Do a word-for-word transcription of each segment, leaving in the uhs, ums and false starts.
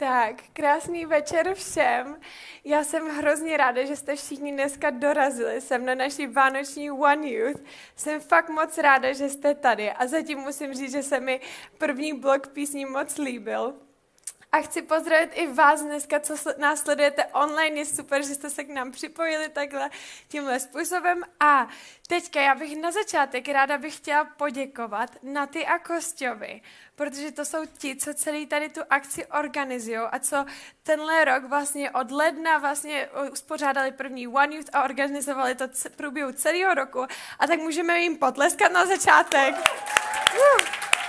Tak, krásný večer všem. Já jsem hrozně ráda, že jste všichni dneska dorazili sem na naší vánoční One Youth. Jsem fakt moc ráda, že jste tady a zatím musím říct, že se mi první blok písní moc líbil. A chci pozdravit i vás dneska, co nás sledujete online. Je super, že jste se k nám připojili takhle tímhle způsobem. A teďka já bych na začátek ráda bych chtěla poděkovat Naty a Kosťovi, protože to jsou ti, co celý tady tu akci organizují a co tenhle rok vlastně od ledna vlastně uspořádali první One Youth a organizovali to v průběhu celého roku. A tak můžeme jim potleskat na začátek. Uh.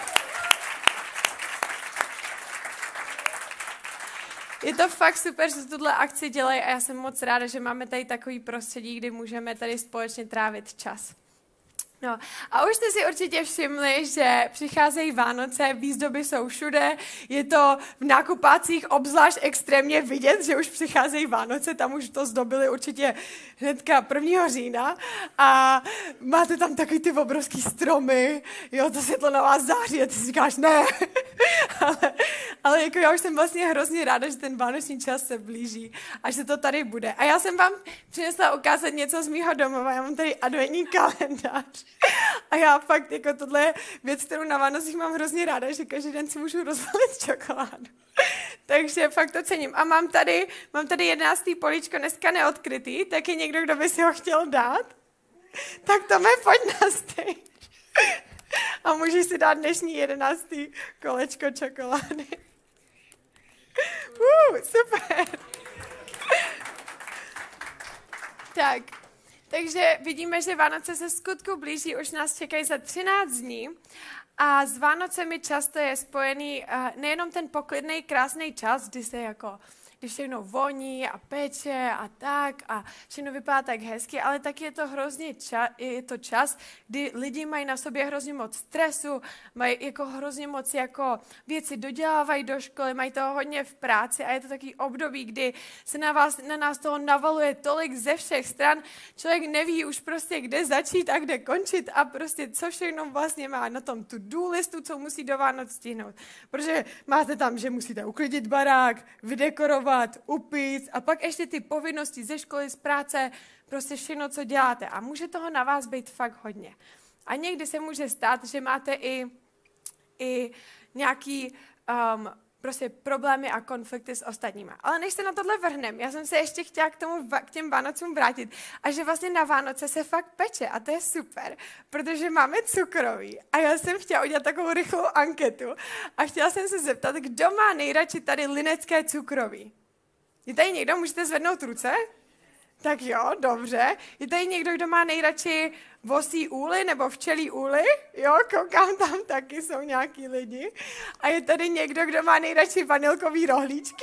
Je to fakt super, že tuhle akci dělají a já jsem moc ráda, že máme tady takový prostředí, kdy můžeme tady společně trávit čas. No a už jste si určitě všimli, že přicházejí Vánoce, výzdoby jsou všude, je to v nákupácích obzvlášť extrémně vidět, že už přicházejí Vánoce, tam už to zdobili určitě hnedka prvního října a máte tam takový ty obrovský stromy, jo, to světlo na vás září a ty si říkáš ne, ale, ale jako já už jsem vlastně hrozně ráda, že ten vánoční čas se blíží a že to tady bude. A já jsem vám přinesla ukázat něco z mýho domova, já mám tady adventní kalendář. A já fakt, jako tohle je věc, kterou na Vánocích mám hrozně ráda, že každý den si můžu rozvalit čokoládu. Takže fakt to cením. A mám tady, mám tady jedenáctý políčko, dneska neodkrytý, tak je někdo, kdo by si ho chtěl dát? Tak Tome, pojď na stage. A můžeš si dát dnešní jedenáctý kolečko čokolády. Uh, super. Tak. Takže vidíme, že Vánoce se skutku blíží, už nás čekají za třináct dní a s Vánocemi často je spojený uh, nejenom ten poklidný, krásný čas, kdy se jako, kdy všechno voní a peče a tak a všechno vypadá tak hezky, ale taky je to hrozně čas, je to čas, kdy lidi mají na sobě hrozně moc stresu, mají jako hrozně moc jako věci dodělávají do školy, mají toho hodně v práci a je to takový období, kdy se na vás, na nás toho navaluje tolik ze všech stran, člověk neví už prostě kde začít a kde končit a prostě co všechno vlastně má na tom to-do listu, co musí do Vánoc stihnout. Protože máte tam, že musíte uklidit barák, vydekorovat, upít a pak ještě ty povinnosti ze školy, z práce, prostě všechno, co děláte. A může toho na vás být fakt hodně. A někdy se může stát, že máte i, i nějaký um, prostě problémy a konflikty s ostatníma. Ale než se na tohle vrhnem, já jsem se ještě chtěla k, tomu, k těm Vánocům vrátit a že vlastně na Vánoce se fakt peče a to je super, protože máme cukroví a já jsem chtěla udělat takovou rychlou anketu a chtěla jsem se zeptat, kdo má nejradši tady linecké cukroví? Je tady někdo? Můžete zvednout ruce? Tak jo, dobře. Je tady někdo, kdo má nejradši vosí úly nebo včelí úly? Jo, koukám, tam taky jsou nějaký lidi. A je tady někdo, kdo má nejradši vanilkový rohlíčky?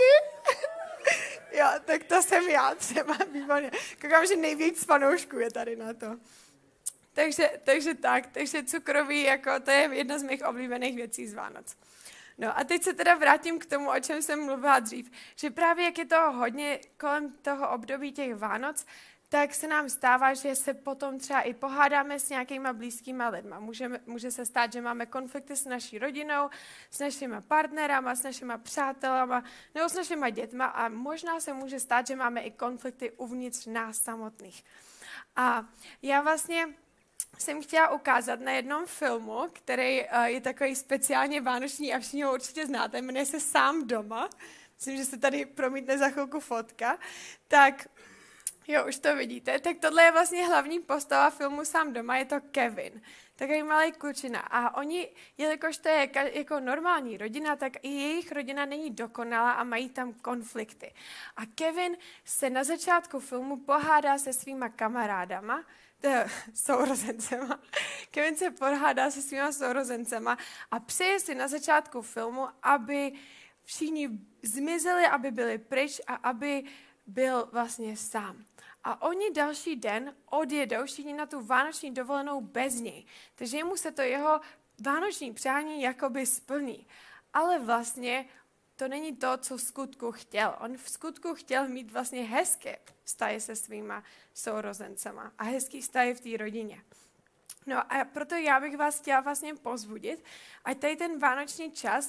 Jo, tak to jsem já třeba výborně. Koukám, že nejvíc fanoušků je tady na to. Takže, takže tak, takže cukroví, jako to je jedna z mých oblíbených věcí z Vánoc. No a teď se teda vrátím k tomu, o čem jsem mluvila dřív, že právě jak je toho hodně kolem toho období těch Vánoc, tak se nám stává, že se potom třeba i pohádáme s nějakýma blízkýma lidma. Může, může se stát, že máme konflikty s naší rodinou, s našima partnerama, s našima přátelama nebo s našima dětma a možná se může stát, že máme i konflikty uvnitř nás samotných. A já vlastně jsem chtěla ukázat na jednom filmu, který uh, je takový speciálně vánoční a všichni ho určitě znáte, jmenuje se Sám doma. Myslím, že se tady promítne za chvilku fotka. Tak jo, už to vidíte. Tak tohle je vlastně hlavní postava filmu Sám doma, je to Kevin. Takový malý klučina. A oni, jelikož to je jako normální rodina, tak i jejich rodina není dokonalá a mají tam konflikty. A Kevin se na začátku filmu pohádá se svýma kamarádama, sourozencema. Kevin se pohádá se svýma sourozencema a přeje si na začátku filmu, aby všichni zmizeli, aby byli pryč a aby byl vlastně sám. A oni další den odjedou všichni na tu vánoční dovolenou bez něj. Takže jemu se to jeho vánoční přání jakoby splní. Ale vlastně to není to, co v skutku chtěl. On v skutku chtěl mít vlastně hezké vztahy se svýma sourozencema a hezký vztahy v té rodině. No a proto já bych vás chtěla vlastně pozbudit, ať tady ten vánoční čas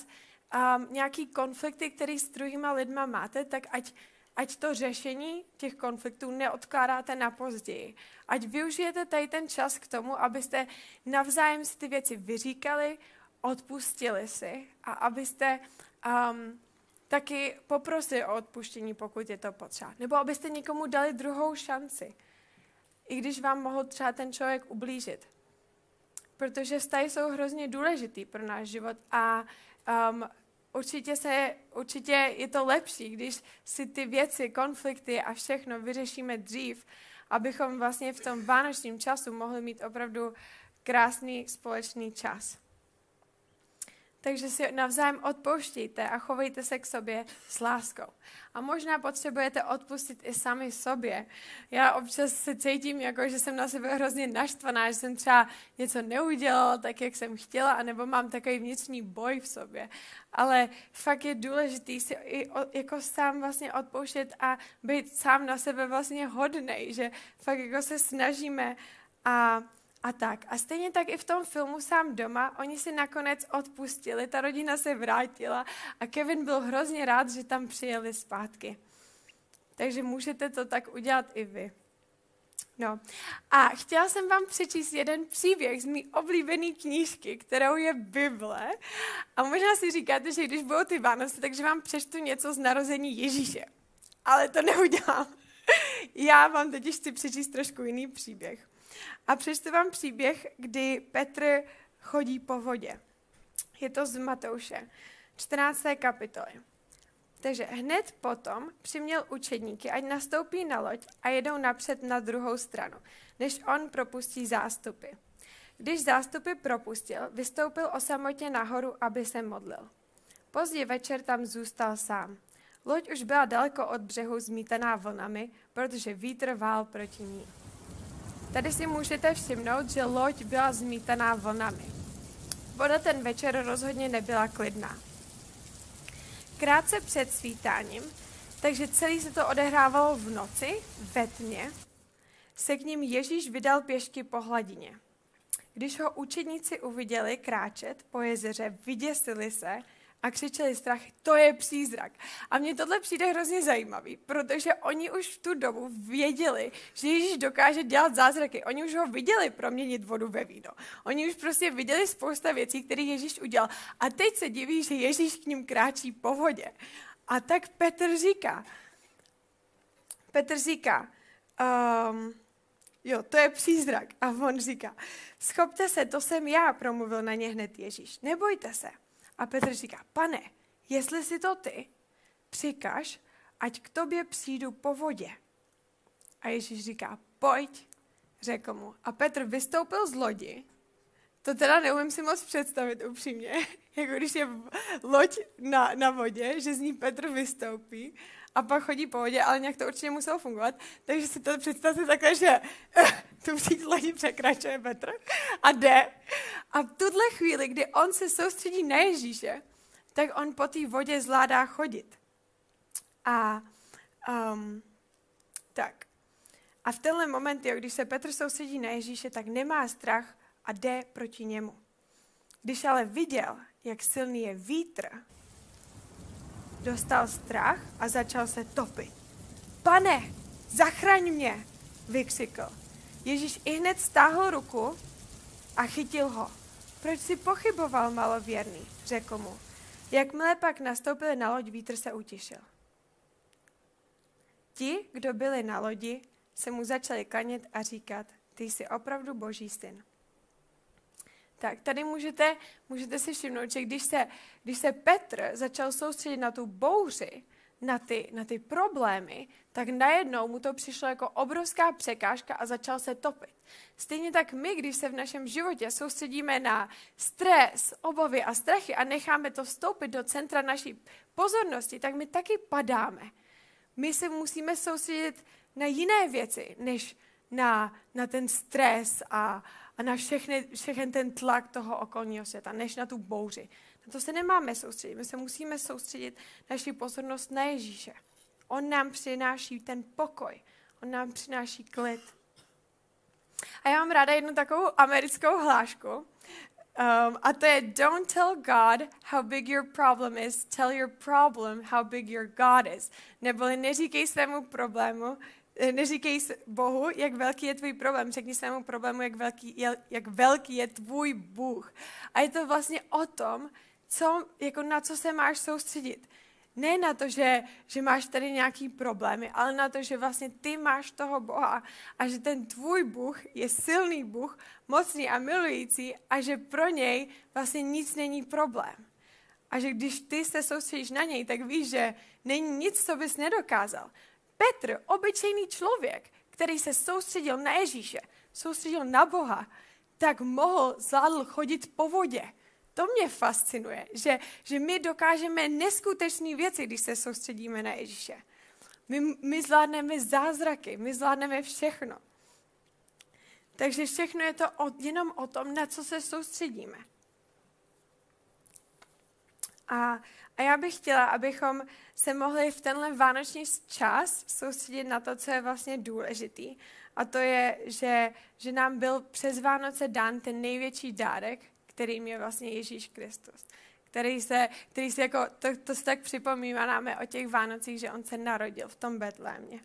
um, nějaký konflikty, které s druhýma lidma máte, tak ať, ať to řešení těch konfliktů neodkládáte na později. Ať využijete tady ten čas k tomu, abyste navzájem si ty věci vyříkali, odpustili si a abyste um, taky poprosili o odpuštění, pokud je to potřeba. Nebo abyste někomu dali druhou šanci, i když vám mohl třeba ten člověk ublížit. Protože vztahy jsou hrozně důležitý pro náš život a um, určitě, se, určitě je to lepší, když si ty věci, konflikty a všechno vyřešíme dřív, abychom vlastně v tom vánočním času mohli mít opravdu krásný společný čas. Takže si navzájem odpouštějte a chovejte se k sobě s láskou. A možná potřebujete odpustit i sami sobě. Já občas se cítím, jako, že jsem na sebe hrozně naštvaná, že jsem třeba něco neudělala tak, jak jsem chtěla, anebo mám takový vnitřní boj v sobě. Ale fakt je důležitý si i jako sám vlastně odpouštět a být sám na sebe vlastně hodnej, že fakt jako se snažíme a A tak. A stejně tak i v tom filmu Sám doma, oni si nakonec odpustili, ta rodina se vrátila a Kevin byl hrozně rád, že tam přijeli zpátky. Takže můžete to tak udělat i vy. No. A chtěla jsem vám přečíst jeden příběh z mý oblíbené knížky, kterou je Bible. A možná si říkáte, že když budou ty Vánoce, takže vám přečtu něco z narození Ježíše. Ale to neudělám. Já vám totiž chci přečíst trošku jiný příběh. A přečtu vám příběh, kdy Petr chodí po vodě. Je to z Matouše, čtrnácté kapitoly. Takže hned potom přiměl učedníky, ať nastoupí na loď a jedou napřed na druhou stranu, než on propustí zástupy. Když zástupy propustil, vystoupil osamotně nahoru, aby se modlil. Pozdě večer tam zůstal sám. Loď už byla daleko od břehu zmítaná vlnami, protože vítr vál proti ní. Tady si můžete všimnout, že loď byla zmítaná vlnami. Voda ten večer rozhodně nebyla klidná. Krátce před svítáním, takže celý se to odehrávalo v noci, ve tmě, se k ním Ježíš vydal pěšky po hladině. Když ho učedníci uviděli kráčet po jezeře, vyděsili se a křičeli strach, to je přízrak. A mně tohle přijde hrozně zajímavý, protože oni už v tu dobu věděli, že Ježíš dokáže dělat zázraky. Oni už ho viděli proměnit vodu ve víno. Oni už prostě viděli spousta věcí, které Ježíš udělal. A teď se diví, že Ježíš k ním kráčí po vodě. A tak Petr říká, Petr říká, um, jo, to je přízrak. A on říká, schopte se, to jsem já, promluvil na ně hned Ježíš. Nebojte se. A Petr říká, pane, jestli jsi to ty, přikaž, ať k tobě přijdu po vodě. A Ježíš říká, pojď, řekl mu. A Petr vystoupil z lodi. To teda neumím si moc představit upřímně, jako když je loď na, na vodě, že z ní Petr vystoupí a pak chodí po vodě, ale nějak to určitě muselo fungovat. Takže si to představte takhle, že tu přijít lodi překračuje Petr a jde. A v tuhle chvíli, kdy on se soustředí na Ježíše, tak on po té vodě zvládá chodit. A um, tak. A v tenhle moment, jo, když se Petr soustředí na Ježíše, tak nemá strach a jde proti němu. Když ale viděl, jak silný je vítr, dostal strach a začal se topit. Pane, zachraň mě, vykřikl. Ježíš ihned stáhl ruku a chytil ho. Proč si pochyboval, malověrný, řekl mu. Jakmile pak nastoupili na loď, vítr se utišil. Ti, kdo byli na lodi, se mu začali klanět a říkat, ty jsi opravdu Boží syn. Tak tady můžete, můžete si všimnout, že když se, když se Petr začal soustředit na tu bouři, na ty, na ty problémy, tak najednou mu to přišlo jako obrovská překážka a začal se topit. Stejně tak my, když se v našem životě soustředíme na stres, obavy a strachy a necháme to vstoupit do centra naší pozornosti, tak my taky padáme. My se musíme soustředit na jiné věci, než na, na ten stres a, a na všechny, všechny ten tlak toho okolního světa, než na tu bouři. Na to se nemáme soustředit. My se musíme soustředit naši pozornost na Ježíše. On nám přináší ten pokoj. On nám přináší klid. A já mám ráda jednu takovou americkou hlášku. Um, a to je don't tell God how big your problem is, tell your problem how big your God is. Neboli neříkej svému problému, neříkej Bohu, jak velký je tvůj problém, řekni svému problému, jak velký je, jak velký je tvůj Bůh. A je to vlastně o tom, co, jako na co se máš soustředit. Ne na to, že, že máš tady nějaký problémy, ale na to, že vlastně ty máš toho Boha a že ten tvůj Bůh je silný Bůh, mocný a milující a že pro něj vlastně nic není problém. A že když ty se soustředíš na něj, tak víš, že není nic, co bys nedokázal. Petr, obyčejný člověk, který se soustředil na Ježíše, soustředil na Boha, tak mohl, zvládl chodit po vodě. To mě fascinuje, že, že my dokážeme neskutečné věci, když se soustředíme na Ježíše. My, my zvládneme zázraky, my zvládneme všechno. Takže všechno je to o, jenom o tom, na co se soustředíme. A, a já bych chtěla, abychom se mohli v tenhle vánoční čas soustředit na to, co je vlastně důležitý. A to je, že, že nám byl přes Vánoce dán ten největší dárek, kterým je vlastně Ježíš Kristus. Který se, který se jako, to, to se tak připomínáme o těch Vánocích, že on se narodil v tom Betlémě.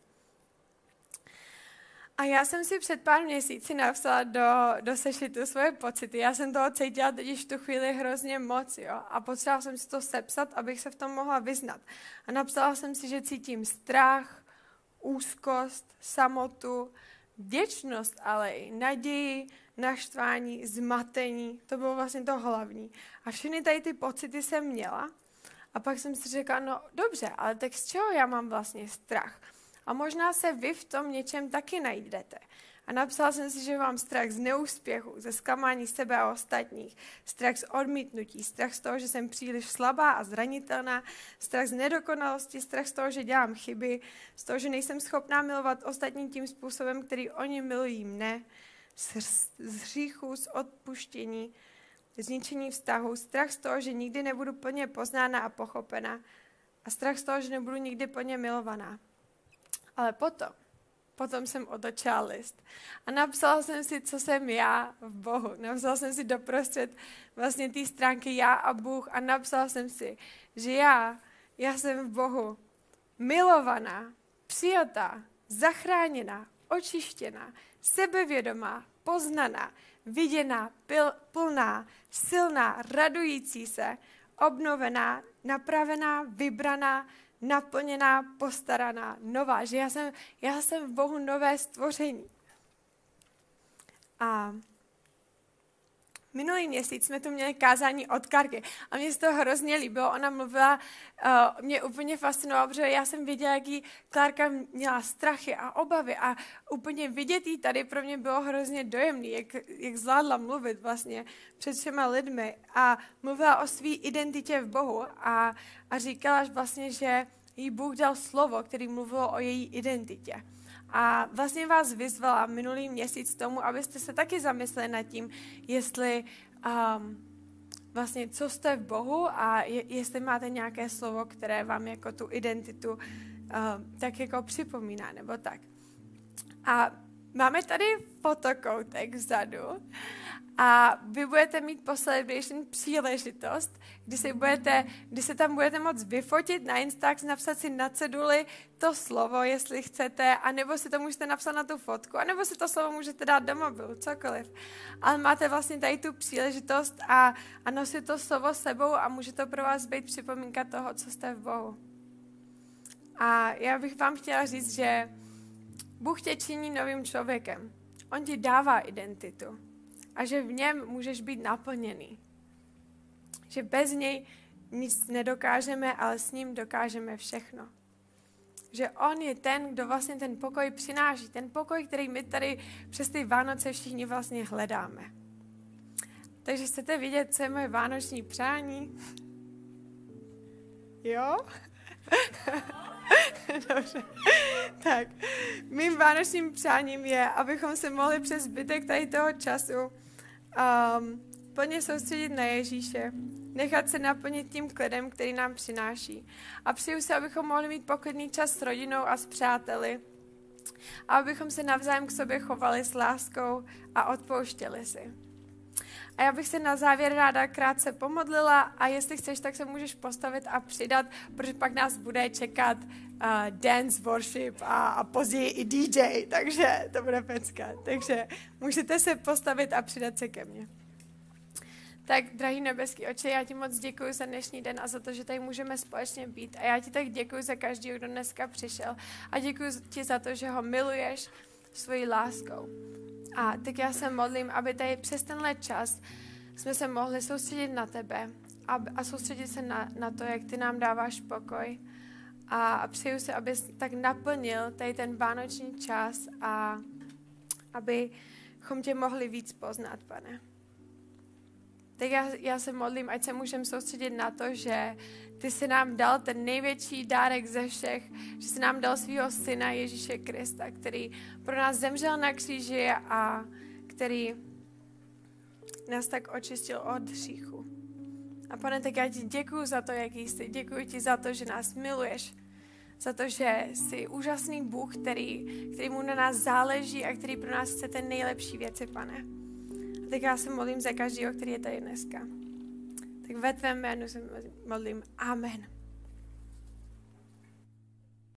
A já jsem si před pár měsíci napsala do, do sešitu svoje pocity. Já jsem toho cítila teď v tu chvíli hrozně moc, jo. A potřebovala jsem si to sepsat, abych se v tom mohla vyznat. A napsala jsem si, že cítím strach, úzkost, samotu, vděčnost, ale i naději, naštvání, zmatení. To bylo vlastně to hlavní. A všechny tady ty pocity jsem měla. A pak jsem si řekla, no dobře, ale tak z čeho já mám vlastně strach? A možná se vy v tom něčem taky najdete. A napsala jsem si, že mám strach z neúspěchu, ze zklamání sebe a ostatních, strach z odmítnutí, strach z toho, že jsem příliš slabá a zranitelná, strach z nedokonalosti, strach z toho, že dělám chyby, z toho, že nejsem schopná milovat ostatní tím způsobem, který oni milují mne, z hříchu, z odpuštění, zničení vztahu, strach z toho, že nikdy nebudu plně poznána a pochopena a strach z toho, že nebudu nikdy plně milovaná. Ale potom, potom jsem otočila list a napsala jsem si, co jsem já v Bohu. Napsala jsem si doprostřed vlastně té stránky já a Bůh a napsala jsem si, že já, já jsem v Bohu milovaná, přijatá, zachráněná, očištěná, sebevědomá, poznaná, viděná, pil, plná, silná, radující se, obnovená, napravená, vybraná, naplněná, postaraná, nová, že já jsem, já jsem v Bohu nové stvoření. A minulý měsíc jsme tu měli kázání od Karky a mě se to hrozně líbilo. Ona mluvila, uh, mě úplně fascinovalo, protože já jsem viděla, jaký Klárka měla strachy a obavy a úplně vidět jí tady pro mě bylo hrozně dojemný, jak, jak zvládla mluvit vlastně před všema lidmi a mluvila o své identitě v Bohu a, a říkala vlastně, že jí Bůh dal slovo, který mluvilo o její identitě. A vlastně vás vyzvala minulý měsíc tomu, abyste se taky zamysleli nad tím, jestli um, vlastně co jste v Bohu a je, jestli máte nějaké slovo, které vám jako tu identitu um, tak jako připomíná, nebo tak. A máme tady fotokoutek vzadu a vy budete mít po celebration příležitost, kdy se, budete, kdy se tam budete moct vyfotit na Instax, napsat si na ceduli to slovo, jestli chcete, anebo si to můžete napsat na tu fotku, anebo si to slovo můžete dát do mobilu, cokoliv. Ale máte vlastně tady tu příležitost a, a nosit to slovo sebou a může to pro vás být připomínka toho, co jste v Bohu. A já bych vám chtěla říct, že Bůh tě činí novým člověkem. On ti dává identitu. A že v něm můžeš být naplněný. Že bez něj nic nedokážeme, ale s ním dokážeme všechno. Že on je ten, kdo vlastně ten pokoj přináší. Ten pokoj, který my tady přes ty Vánoce všichni vlastně hledáme. Takže chcete vidět, co je moje vánoční přání? Jo? Dobře. Tak, mým vánočním přáním je, abychom se mohli přes zbytek tady toho času um, plně soustředit na Ježíše, nechat se naplnit tím klidem, který nám přináší. A přeju se, abychom mohli mít poklidný čas s rodinou a s přáteli. A abychom se navzájem k sobě chovali s láskou a odpouštěli si. A já bych se na závěr ráda krátce pomodlila a jestli chceš, tak se můžeš postavit a přidat, protože pak nás bude čekat uh, dance worship a, a později i D J, takže to bude pecka. Takže můžete se postavit a přidat se ke mně. Tak, drahý nebeský Otče, já ti moc děkuji za dnešní den a za to, že tady můžeme společně být. A já ti tak děkuji za každého, kdo dneska přišel. A děkuji ti za to, že ho miluješ svojí láskou. A tak já se modlím, aby tady přes tenhle čas jsme se mohli soustředit na tebe a, a soustředit se na, na to, jak ty nám dáváš pokoj. A, a přeju se, abys tak naplnil tady ten vánoční čas a abychom tě mohli víc poznat, Pane. Tak já, já se modlím, ať se můžeme soustředit na to, že ty jsi nám dal ten největší dárek ze všech, že jsi nám dal svého syna Ježíše Krista, který pro nás zemřel na kříži a který nás tak očistil od hříchu. A Pane, tak já ti děkuju za to, jaký jsi. Děkuji ti za to, že nás miluješ. Za to, že jsi úžasný Bůh, který, který mu na nás záleží a který pro nás chce ten nejlepší věci, Pane. A tak já se modlím za každého, který je tady dneska. Tak ve tvém jménu se modlím. Amen.